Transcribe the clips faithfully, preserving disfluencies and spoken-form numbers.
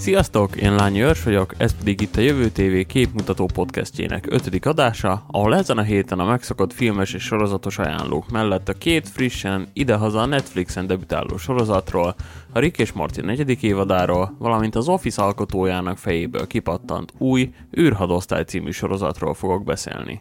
Sziasztok, én Lányi Őrs vagyok, ez pedig itt a Jövő té vé képmutató podcastjének ötödik adása, ahol ezen a héten a megszokott filmes és sorozatos ajánlók mellett a két frissen, idehaza a Netflixen debütáló sorozatról, a Rick és Morty negyedik évadáról, valamint az Office alkotójának fejéből kipattant új űrhadosztály című sorozatról fogok beszélni.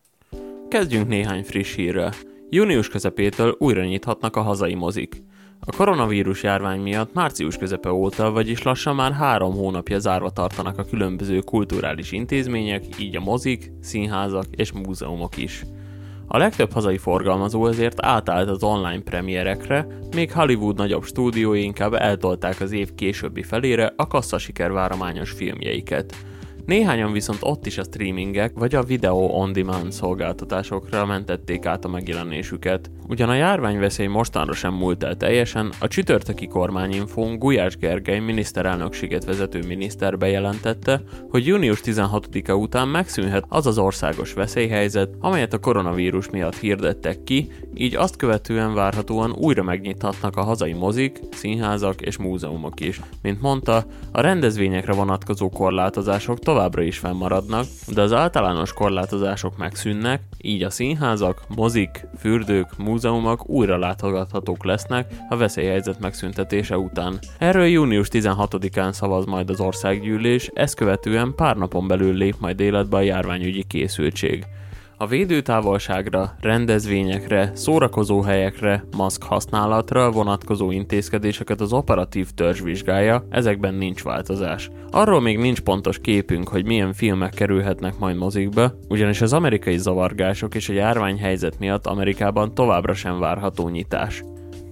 Kezdjünk néhány friss hírrel. Június közepétől újra nyithatnak a hazai mozik. A koronavírus járvány miatt március közepe óta, vagyis lassan már három hónapja zárva tartanak a különböző kulturális intézmények, így a mozik, színházak és múzeumok is. A legtöbb hazai forgalmazó ezért átállt az online premierekre, még Hollywood nagyobb stúdiói inkább eltolták az év későbbi felére a kasszasiker várományos filmjeiket. Néhányan viszont ott is a streamingek vagy a video on demand szolgáltatásokra mentették át a megjelenésüket. Ugyan a járványveszély mostanra sem múlt el teljesen, a csütörtöki kormányinfón Gulyás Gergely miniszterelnökséget vezető miniszter bejelentette, hogy június tizenhatodika után megszűnhet az az országos veszélyhelyzet, amelyet a koronavírus miatt hirdettek ki, így azt követően várhatóan újra megnyithatnak a hazai mozik, színházak és múzeumok is. Mint mondta, a rendezvényekre vonatkozó korlátozások továbbra is fennmaradnak, de az általános korlátozások megszűnnek, így a színházak, mozik, fürdők, múzeumok újra látogathatók lesznek a veszélyhelyzet megszüntetése után. Erről június tizenhatodikán szavaz majd az országgyűlés, ezt követően pár napon belül lép majd életbe a járványügyi készültség. A védőtávolságra, rendezvényekre, szórakozóhelyekre, maszk használatra vonatkozó intézkedéseket az operatív törzs vizsgálja, ezekben nincs változás. Arról még nincs pontos képünk, hogy milyen filmek kerülhetnek majd mozikba, ugyanis az amerikai zavargások és a járványhelyzet miatt Amerikában továbbra sem várható nyitás.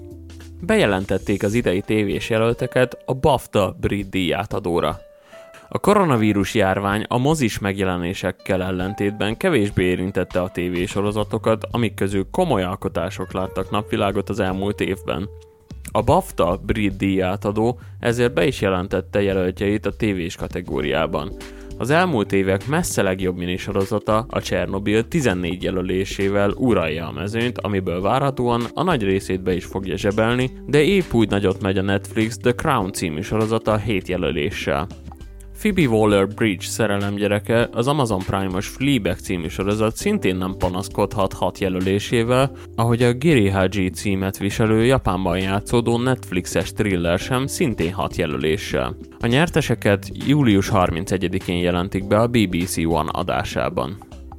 Bejelentették az idei tévés jelölteket a BAFTA Brit díjátadóra. A koronavírus járvány a mozis megjelenésekkel ellentétben kevésbé érintette a tévésorozatokat, amik közül komoly alkotások láttak napvilágot az elmúlt évben. A BAFTA Brit díjátadó ezért be is jelentette jelöltjeit a tévés kategóriában. Az elmúlt évek messze legjobb minisorozata, a Csernobil tizennégy jelölésével uralja a mezőnyt, amiből várhatóan a nagy részét be is fogja zsebelni, de épp úgy nagyot megy a Netflix The Crown című sorozata hét jelöléssel. Phoebe Waller-Bridge szerelemgyereke, az Amazon Prime-os Fleabag című sorozat szintén nem panaszkodhat hat jelölésével, ahogy a Giri Haji címet viselő Japánban játszódó Netflixes thriller sem szintén hat jelöléssel. A nyerteseket július harmincegyedikén jelentik be a bé bé cé One adásában.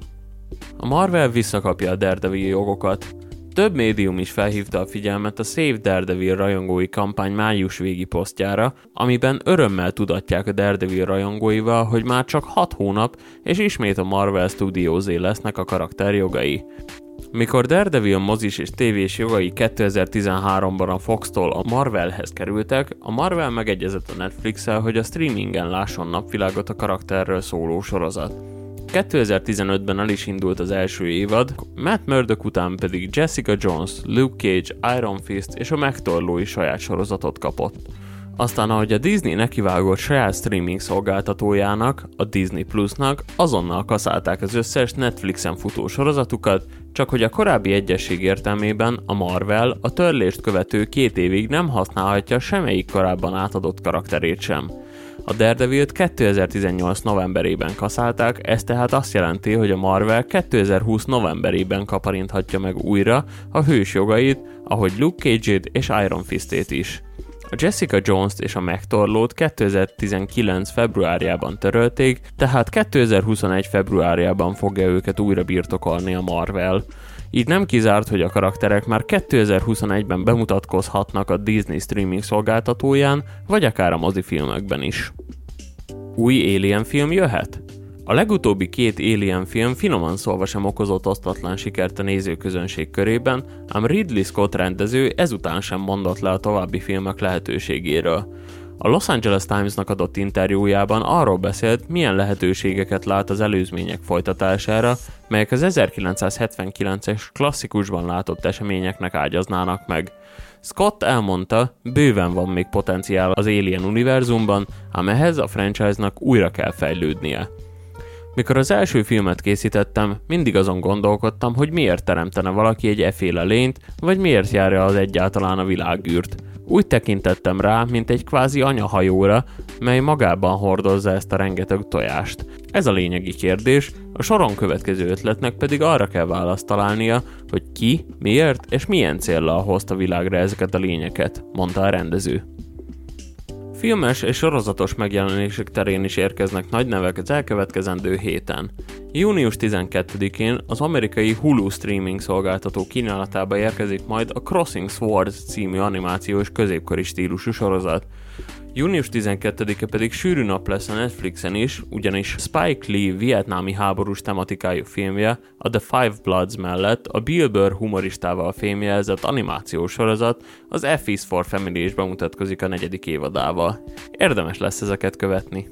A Marvel visszakapja a Daredevil jogokat. Több médium is felhívta a figyelmet a Save Daredevil rajongói kampány május végi posztjára, amiben örömmel tudatják a Daredevil rajongóival, hogy már csak hat hónap, és ismét a Marvel Studiosé lesznek a karakter jogai. Mikor Daredevil mozis és tévés jogai kétezer-tizenháromban a Fox-tól a Marvelhez kerültek, a Marvel megegyezett a Netflix-el, hogy a streamingen lásson napvilágot a karakterről szóló sorozat. kétezer-tizenötben el is indult az első évad, Matt Murdock után pedig Jessica Jones, Luke Cage, Iron Fist és a megtorló is saját sorozatot kapott. Aztán ahogy a Disney nekivágott saját streaming szolgáltatójának, a Disney Plusnak, azonnal kaszálták az összes Netflixen futó sorozatukat, csak hogy a korábbi egyesség értelmében a Marvel a törlést követő két évig nem használhatja semmelyik korábban átadott karakterét sem. A Daredevilt kétezer-tizennyolc novemberében kaszálták, ez tehát azt jelenti, hogy a Marvel kétezer-húsz novemberében kaparinthatja meg újra a hős jogait, ahogy Luke Cage-ét és Iron Fistét is. A Jessica Jones-t és a megtorlót kétezer-tizenkilenc februárjában törölték, tehát kétezer-huszonegy februárjában fogja őket újra birtokolni a Marvel. Így nem kizárt, hogy a karakterek már kétezer-huszonegyben bemutatkozhatnak a Disney streaming szolgáltatóján, vagy akár a mozifilmekben is. Új Alien film jöhet? A legutóbbi két Alien film finoman szólva sem okozott osztatlan sikert a nézőközönség körében, ám Ridley Scott rendező ezután sem mondott le a további filmek lehetőségéről. A Los Angeles Times-nak adott interjújában arról beszélt, milyen lehetőségeket lát az előzmények folytatására, melyek az ezerkilencszázhetvenkilences klasszikusban látott eseményeknek ágyaznának meg. Scott elmondta, bőven van még potenciál az Alien univerzumban, ám ehhez a franchise-nak újra kell fejlődnie. Mikor az első filmet készítettem, mindig azon gondolkodtam, hogy miért teremtene valaki egy efféle lényt, vagy miért járja az egyáltalán a világűrt. Úgy tekintettem rá, mint egy kvázi anyahajóra, mely magában hordozza ezt a rengeteg tojást. Ez a lényegi kérdés, a soron következő ötletnek pedig arra kell választ találnia, hogy ki, miért és milyen céllal hozta világra ezeket a lényeket, mondta a rendező. Filmes és sorozatos megjelenések terén is érkeznek nagy nevek az elkövetkezendő héten. június tizenkettedikén az amerikai Hulu streaming szolgáltató kínálatába érkezik majd a Crossing Swords című animációs középkori stílusú sorozat. június tizenkettedike pedig sűrű nap lesz a Netflixen is, ugyanis Spike Lee vietnámi háborús tematikájú filmje, a The Five Bloods mellett a Bill Burr humoristával fémjelzett animációs sorozat, az F is for Family is bemutatkozik a negyedik évadával. Érdemes lesz ezeket követni.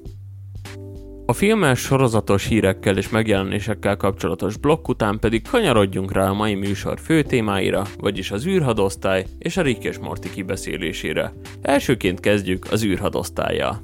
A filmes, sorozatos hírekkel és megjelenésekkel kapcsolatos blokk után pedig kanyarodjunk rá a mai műsor fő témáira, vagyis az űrhadosztály és a Rick és Morty kibeszélésére. Elsőként kezdjük az űrhadosztállyal.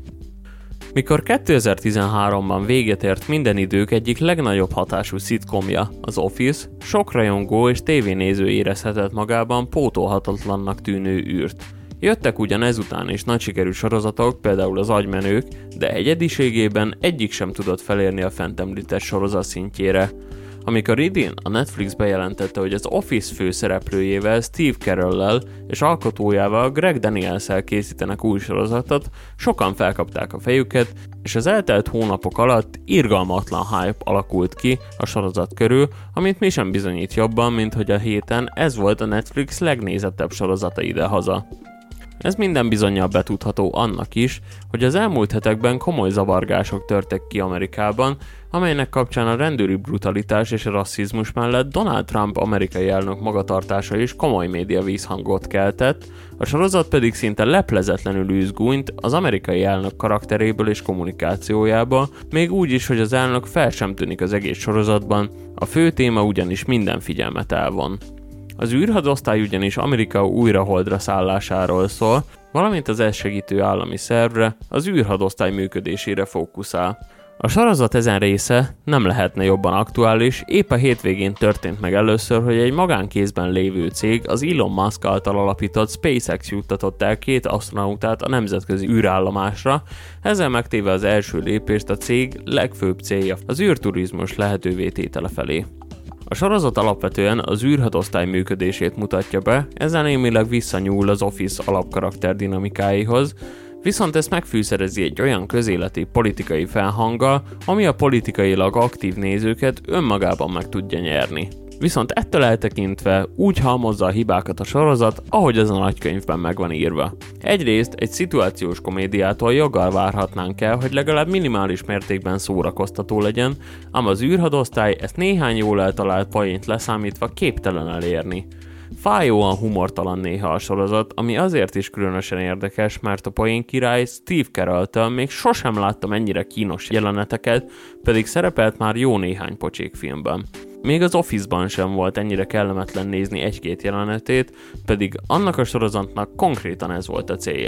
Mikor kétezer-tizenháromban véget ért minden idők egyik legnagyobb hatású szitkomja, az Office, sok rajongó és tévénéző érezhetett magában pótolhatatlannak tűnő űrt. Jöttek ugyan ezután is nagy sikerű sorozatok, például az Agymenők, de egyediségében egyik sem tudott felérni a fent említett sorozat szintjére. Amikor idén a Netflix bejelentette, hogy az Office főszereplőjével, Steve Carell-lel és alkotójával, Greg Daniels-el készítenek új sorozatot, sokan felkapták a fejüket, és az eltelt hónapok alatt irgalmatlan hype alakult ki a sorozat körül, amit mi sem bizonyít jobban, mint hogy a héten ez volt a Netflix legnézettebb sorozata idehaza. Ez minden bizonnyal betudható annak is, hogy az elmúlt hetekben komoly zavargások törtek ki Amerikában, amelynek kapcsán a rendőri brutalitás és a rasszizmus mellett Donald Trump amerikai elnök magatartása is komoly média vízhangot keltett, a sorozat pedig szinte leplezetlenül űz gúnyt az amerikai elnök karakteréből és kommunikációjába, még úgy is, hogy az elnök fel sem tűnik az egész sorozatban, a fő téma ugyanis minden figyelmet elvon. Az űrhadosztály ugyanis Amerika újra holdra szállásáról szól, valamint az ezt segítő állami szervre, az űrhadosztály működésére fókuszál. A sorozat ezen része nem lehetne jobban aktuális, épp a hétvégén történt meg először, hogy egy magánkézben lévő cég, az Elon Musk által alapított SpaceX juttatott el két asztronautát a nemzetközi űrállomásra, ezzel megtéve az első lépést a cég legfőbb célja, az űrturizmus lehetővé tétele felé. A sorozat alapvetően az űrhadosztály működését mutatja be, ezzel némileg visszanyúl az Office alapkarakter dinamikáihoz, viszont ezt megfűszerezi egy olyan közéleti politikai felhanggal, ami a politikailag aktív nézőket önmagában meg tudja nyerni. Viszont ettől eltekintve úgy halmozza a hibákat a sorozat, ahogy ez a nagykönyvben meg van írva. Egyrészt egy szituációs komédiától joggal várhatnánk el, hogy legalább minimális mértékben szórakoztató legyen, ám az űrhadosztály ezt néhány jól eltalált poént leszámítva képtelen elérni. Fájóan humortalan néha a sorozat, ami azért is különösen érdekes, mert a poén király Steve Carell-től még sosem láttam ennyire kínos jeleneteket, pedig szerepelt már jó néhány pocsék filmben. Még az Office-ban sem volt ennyire kellemetlen nézni egy-két jelenetét, pedig annak a sorozatnak konkrétan ez volt a célja.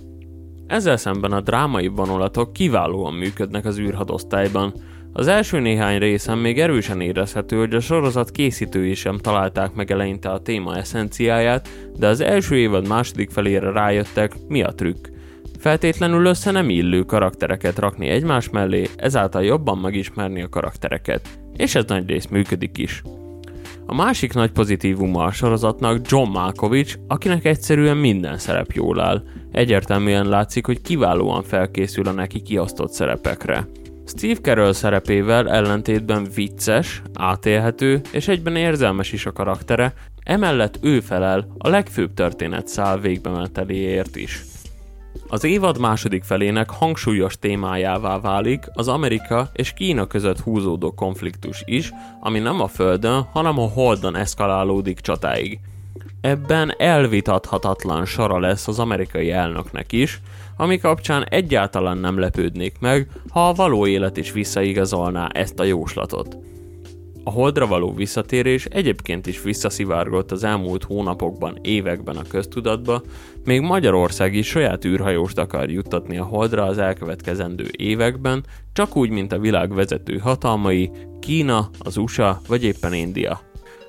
Ezzel szemben a drámai vonulatok kiválóan működnek az űrhadosztályban. Az első néhány részen még erősen érezhető, hogy a sorozat készítői sem találták meg eleinte a téma eszenciáját, de az első évad második felére rájöttek, mi a trükk. Feltétlenül össze nem illő karaktereket rakni egymás mellé, ezáltal jobban megismerni a karaktereket. És ez nagyrészt működik is. A másik nagy pozitívuma a sorozatnak John Malkovich, akinek egyszerűen minden szerep jól áll. Egyértelműen látszik, hogy kiválóan felkészül a neki kiosztott szerepekre. Steve Carell szerepével ellentétben vicces, átélhető és egyben érzelmes is a karaktere, emellett ő felel a legfőbb történetszál végbemeneteléért is. Az évad második felének hangsúlyos témájává válik az Amerika és Kína között húzódó konfliktus is, ami nem a Földön, hanem a Holdon eszkalálódik csatáig. Ebben elvitathatatlan sora lesz az amerikai elnöknek is, ami kapcsán egyáltalán nem lepődnék meg, ha a való élet is visszaigazolná ezt a jóslatot. A Holdra való visszatérés egyébként is visszaszivárgott az elmúlt hónapokban, években a köztudatba, még Magyarország is saját űrhajóst akar juttatni a Holdra az elkövetkezendő években, csak úgy, mint a világ vezető hatalmai, Kína, az u es á vagy éppen India.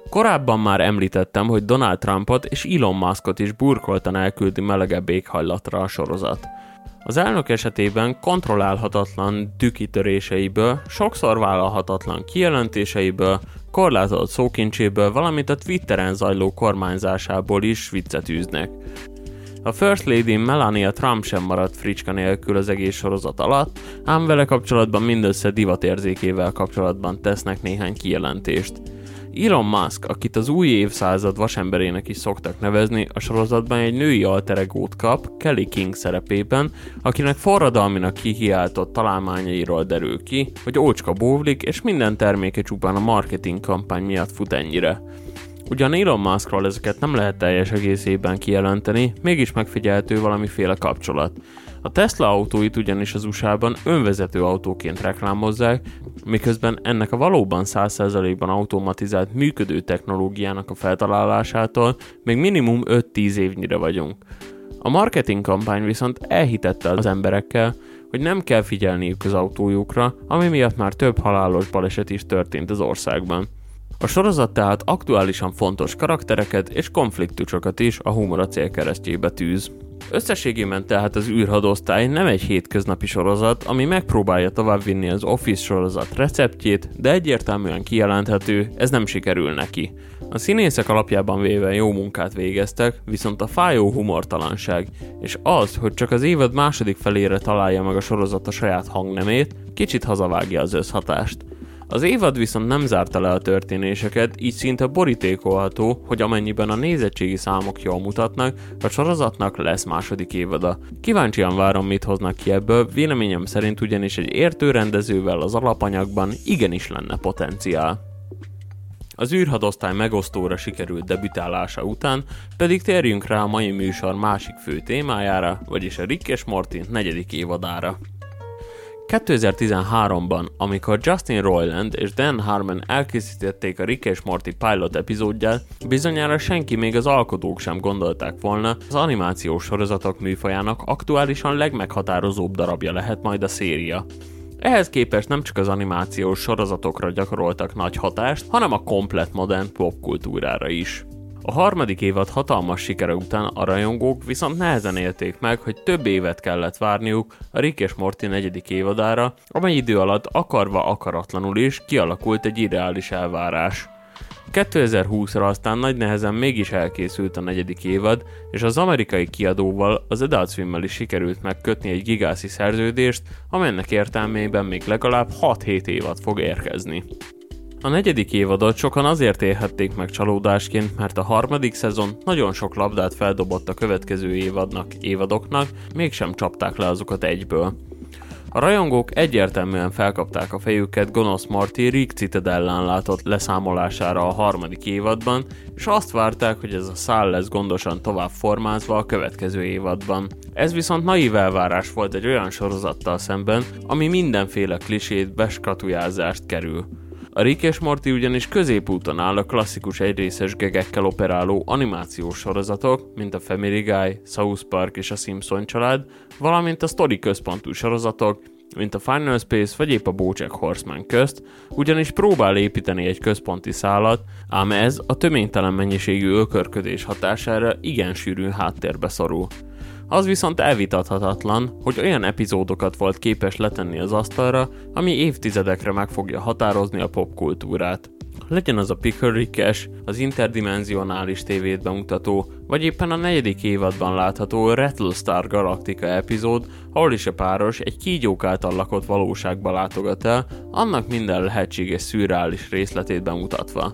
Korábban már említettem, hogy Donald Trumpot és Elon Muskot is burkoltan elküldi melegebb éghajlatra a sorozat. Az elnök esetében kontrollálhatatlan dükitöréseiből, sokszor vállalhatatlan kijelentéseiből, korlátozott szókincséből, valamint a Twitteren zajló kormányzásából is viccet űznek. A First Lady Melania Trump sem maradt fricska nélkül az egész sorozat alatt, ám vele kapcsolatban mindössze divatérzékével kapcsolatban tesznek néhány kijelentést. Elon Musk, akit az új évszázad vasemberének is szoktak nevezni, a sorozatban egy női alter egót kap, Kelly King szerepében, akinek forradalminak kihiáltott találmányairól derül ki, hogy ócska bóvlik, és minden terméke csupán a marketing kampány miatt fut ennyire. Ugyan Elon Muskról ezeket nem lehet teljes egészében kijelenteni, mégis megfigyelhető valamiféle kapcsolat. A Tesla autóit ugyanis az u es á-ban önvezető autóként reklámozzák, miközben ennek a valóban száz százalékban automatizált működő technológiának a feltalálásától még minimum öt-tíz évnyire vagyunk. A marketing kampány viszont elhitette az emberekkel, hogy nem kell figyelniük az autójukra, ami miatt már több halálos baleset is történt az országban. A sorozat tehát aktuálisan fontos karaktereket és konfliktusokat is a humor célkeresztjébe tűz. Összességében tehát az űrhadosztály nem egy hétköznapi sorozat, ami megpróbálja továbbvinni az Office sorozat receptjét, de egyértelműen kijelenthető, ez nem sikerül neki. A színészek alapjában véve jó munkát végeztek, viszont a fájó humortalanság, és az, hogy csak az évad második felére találja meg a sorozat a saját hangnemét, kicsit hazavágja az összhatást. Az évad viszont nem zárta le a történéseket, így szinte borítékolható, hogy amennyiben a nézettségi számok jól mutatnak, a sorozatnak lesz második évada. Kíváncsian várom, mit hoznak ki ebből, véleményem szerint ugyanis egy értő rendezővel az alapanyagban igenis lenne potenciál. Az űrhadosztály megosztóra sikerült debütálása után pedig térjünk rá a mai műsor másik fő témájára, vagyis a Rick és Morty negyedik évadára. kétezer-tizenháromban, amikor Justin Roiland és Dan Harmon elkészítették a Rick és Morty pilot epizódját, bizonyára senki, még az alkotók sem gondolták volna, az animációs sorozatok műfajának aktuálisan legmeghatározóbb darabja lehet majd a széria. Ehhez képest nem csak az animációs sorozatokra gyakoroltak nagy hatást, hanem a komplett modern popkultúrára is. A harmadik évad hatalmas sikere után a rajongók viszont nehezen élték meg, hogy több évet kellett várniuk a Rick és Morty negyedik évadára, amely idő alatt akarva akaratlanul is kialakult egy irreális elvárás. kétezer-húszra aztán nagy nehezen mégis elkészült a negyedik évad, és az amerikai kiadóval, az Adult Swim-mel is sikerült megkötni egy gigászi szerződést, amelynek értelmében még legalább hat-hét évad fog érkezni. A negyedik évadot sokan azért élhették meg csalódásként, mert a harmadik szezon nagyon sok labdát feldobott a következő évadnak, évadoknak, mégsem csapták le azokat egyből. A rajongók egyértelműen felkapták a fejüket gonosz Morty Rick Citadellán látott leszámolására a harmadik évadban, és azt várták, hogy ez a szál lesz gondosan tovább formázva a következő évadban. Ez viszont naív elvárás volt egy olyan sorozattal szemben, ami mindenféle klisét, beskatujázást kerül. A Rick és Morty ugyanis középúton áll a klasszikus egyrészes gegekkel operáló animációs sorozatok, mint a Family Guy, South Park és a Simpson család, valamint a sztori központú sorozatok, mint a Final Space vagy épp a BoJack Horseman közt, ugyanis próbál építeni egy központi szálat, ám ez a töménytelen mennyiségű ökörködés hatására igen sűrűn háttérbe szorul. Az viszont elvitathatatlan, hogy olyan epizódokat volt képes letenni az asztalra, ami évtizedekre meg fogja határozni a popkultúrát. Legyen az a Pickle Rick-es, az interdimenzionális tévét bemutató, vagy éppen a negyedik évadban látható Rattlestar Galactica epizód, ahol is a páros egy kígyók által lakott valóságba látogat el, annak minden lehetséges szürreális részletét bemutatva.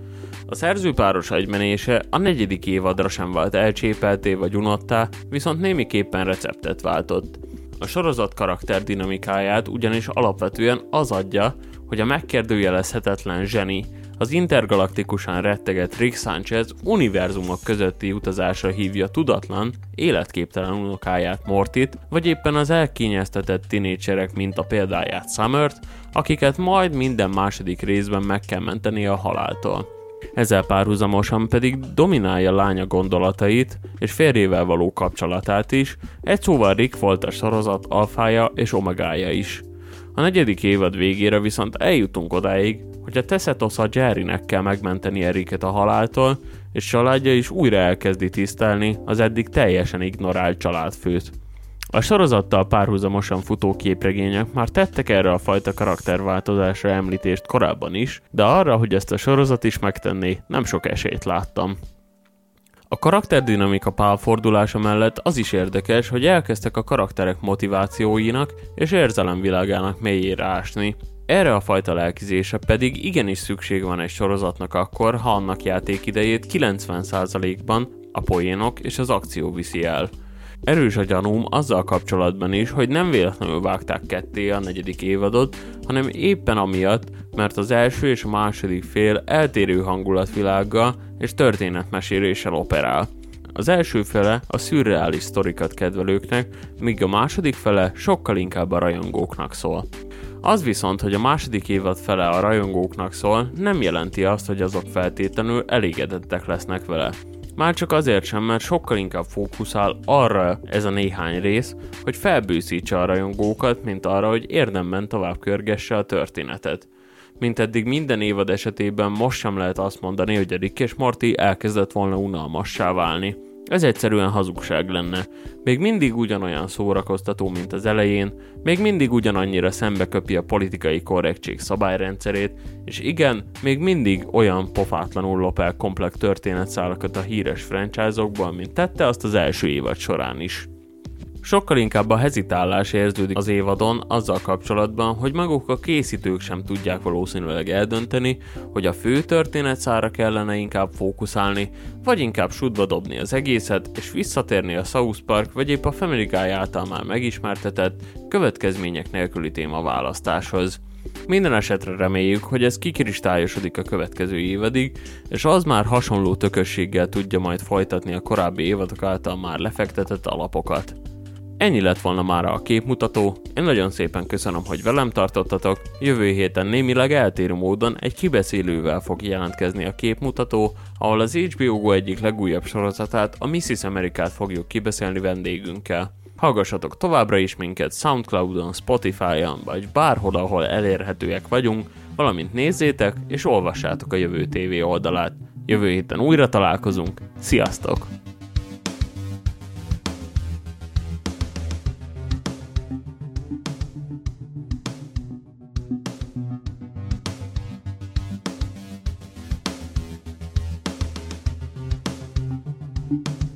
A szerzőpáros agymenése a negyedik évadra sem vált elcsépelté vagy unottá, viszont némiképpen receptet váltott. A sorozat karakter dinamikáját ugyanis alapvetően az adja, hogy a megkérdőjelezhetetlen zseni, az intergalaktikusan retteget Rick Sanchez univerzumok közötti utazásra hívja tudatlan, életképtelen unokáját Mortit, vagy éppen az elkényeztetett tinédzserek minta példáját Summert, akiket majd minden második részben meg kell menteni a haláltól. Ezzel párhuzamosan pedig dominálja lánya gondolatait és férjével való kapcsolatát is, egy szóval Rick volt a sorozat alfája és omegája is. A negyedik évad végére viszont eljutunk odáig, hogy a Tessetosa Jerrynek kell megmenteni Eriket a haláltól, és családja is újra elkezdi tisztelni az eddig teljesen ignorált családfőt. A sorozattal párhuzamosan futó képregények már tettek erre a fajta karakterváltozásra említést korábban is, de arra, hogy ezt a sorozat is megtenné, nem sok esélyt láttam. A karakterdinamika pálfordulása mellett az is érdekes, hogy elkezdtek a karakterek motivációinak és érzelemvilágának mélyére ásni. Erre a fajta lelkizése pedig igenis szükség van egy sorozatnak akkor, ha annak játékidejét kilencven százalékban a poénok és az akció viszi el. Erős a gyanúm azzal kapcsolatban is, hogy nem véletlenül vágták ketté a negyedik évadot, hanem éppen amiatt, mert az első és a második fél eltérő hangulatvilággal és történetmeséléssel operál. Az első fele a szürreális sztorikat kedvelőknek, míg a második fele sokkal inkább a rajongóknak szól. Az viszont, hogy a második évad fele a rajongóknak szól, nem jelenti azt, hogy azok feltétlenül elégedettek lesznek vele. Már csak azért sem, mert sokkal inkább fókuszál arra ez a néhány rész, hogy felbőszítse a rajongókat, mint arra, hogy érdemben tovább körgesse a történetet. Mint eddig minden évad esetében most sem lehet azt mondani, hogy a Rick és Morty elkezdett volna unalmassá válni. Ez egyszerűen hazugság lenne. Még mindig ugyanolyan szórakoztató, mint az elején, még mindig ugyanannyira szembeköpi a politikai korrektség szabályrendszerét, és igen, még mindig olyan pofátlanul lop el komplex történetszálakat a híres franchise-okból, mint tette azt az első évad során is. Sokkal inkább a hezitálás érződik az évadon azzal kapcsolatban, hogy maguk a készítők sem tudják valószínűleg eldönteni, hogy a fő történetszálra kellene inkább fókuszálni, vagy inkább sútba dobni az egészet, és visszatérni a South Park vagy épp a Family Guy által már megismertetett, következmények nélküli témaválasztáshoz. Minden esetre reméljük, hogy ez kikristályosodik a következő évadig, és az már hasonló tökösséggel tudja majd folytatni a korábbi évadok által már lefektetett alapokat. Ennyi lett volna mára a képmutató, én nagyon szépen köszönöm, hogy velem tartottatok, jövő héten némileg eltérő módon egy kibeszélővel fog jelentkezni a képmutató, ahol az há bé o Go egyik legújabb sorozatát, a Missus Amerikát fogjuk kibeszélni vendégünkkel. Hallgassatok továbbra is minket Soundcloudon, Spotify-on vagy bárhol, ahol elérhetőek vagyunk, valamint nézzétek és olvassátok a Jövő té vé oldalát. Jövő héten újra találkozunk, sziasztok! Thank you.